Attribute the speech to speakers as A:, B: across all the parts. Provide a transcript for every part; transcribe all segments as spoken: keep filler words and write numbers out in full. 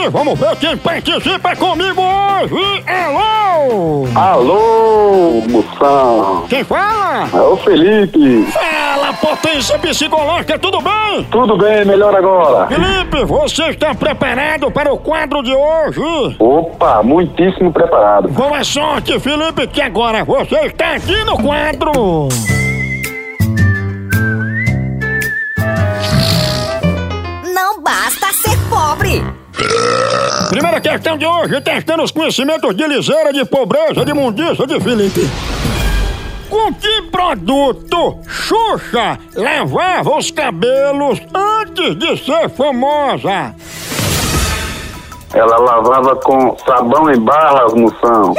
A: E vamos ver quem participa comigo hoje. Alô!
B: Alô, moção.
A: Quem fala?
B: É o Felipe.
A: Fala, potência psicológica, tudo bem?
B: Tudo bem, melhor agora.
A: Felipe, você está preparado para o quadro de hoje?
B: Opa, muitíssimo preparado.
A: Boa sorte, Felipe, que agora você está aqui no quadro.
C: Não basta ser pobre.
A: Primeira questão de hoje, testando os conhecimentos de liseira, de pobreza, de imundícia de Felipe. Com que produto Xuxa lavava os cabelos antes de ser famosa?
B: Ela lavava com sabão em barras, moção.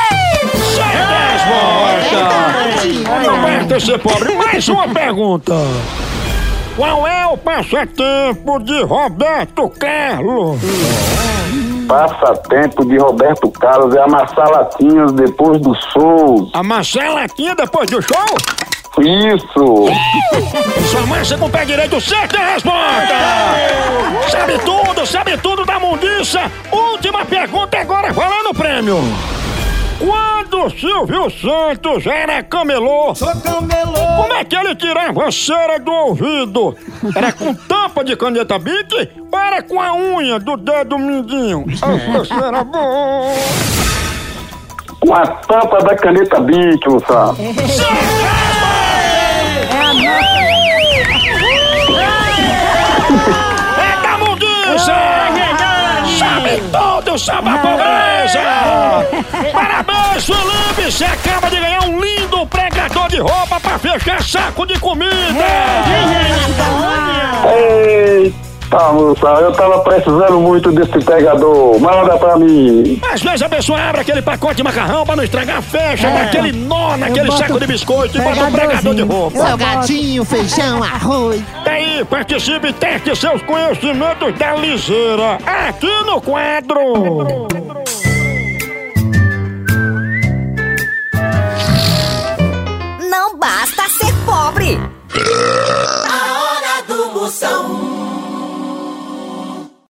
A: Resposta! Não basta ser pobre. Mais uma pergunta. Qual é o passatempo de Roberto Carlos?
B: Passatempo de Roberto Carlos é amassar latinhas depois do show.
A: Amassar latinha depois do show?
B: Isso.
A: Sua massa com o pé direito, certa resposta! Sabe tudo, sabe tudo da mundiça. Última pergunta agora, valendo o prêmio. Quando Silvio Santos era camelô,
D: Sou camelô.
A: como é que ele tirava a cera do ouvido? Era com tampa de caneta Bic ou era com a unha do dedo mindinho? A cera boa!
B: Com a tampa da caneta Bic, moção.
A: É da mundiça! Sabe tudo sobre a pobreza! Parabéns, Felipe! Você acaba de ganhar um lindo pregador de roupa pra fechar saco de comida!
B: Eita, moção, eu tava precisando muito desse pegador. Manda pra mim.
A: Às vezes a pessoa abre aquele pacote de macarrão pra não estragar, fecha, dá aquele nó naquele
E: boto
A: saco de biscoito e bota um pregador de roupa.
E: Salgadinho, feijão, arroz.
A: Daí, participe e teste seus conhecimentos da liseira aqui no quadro.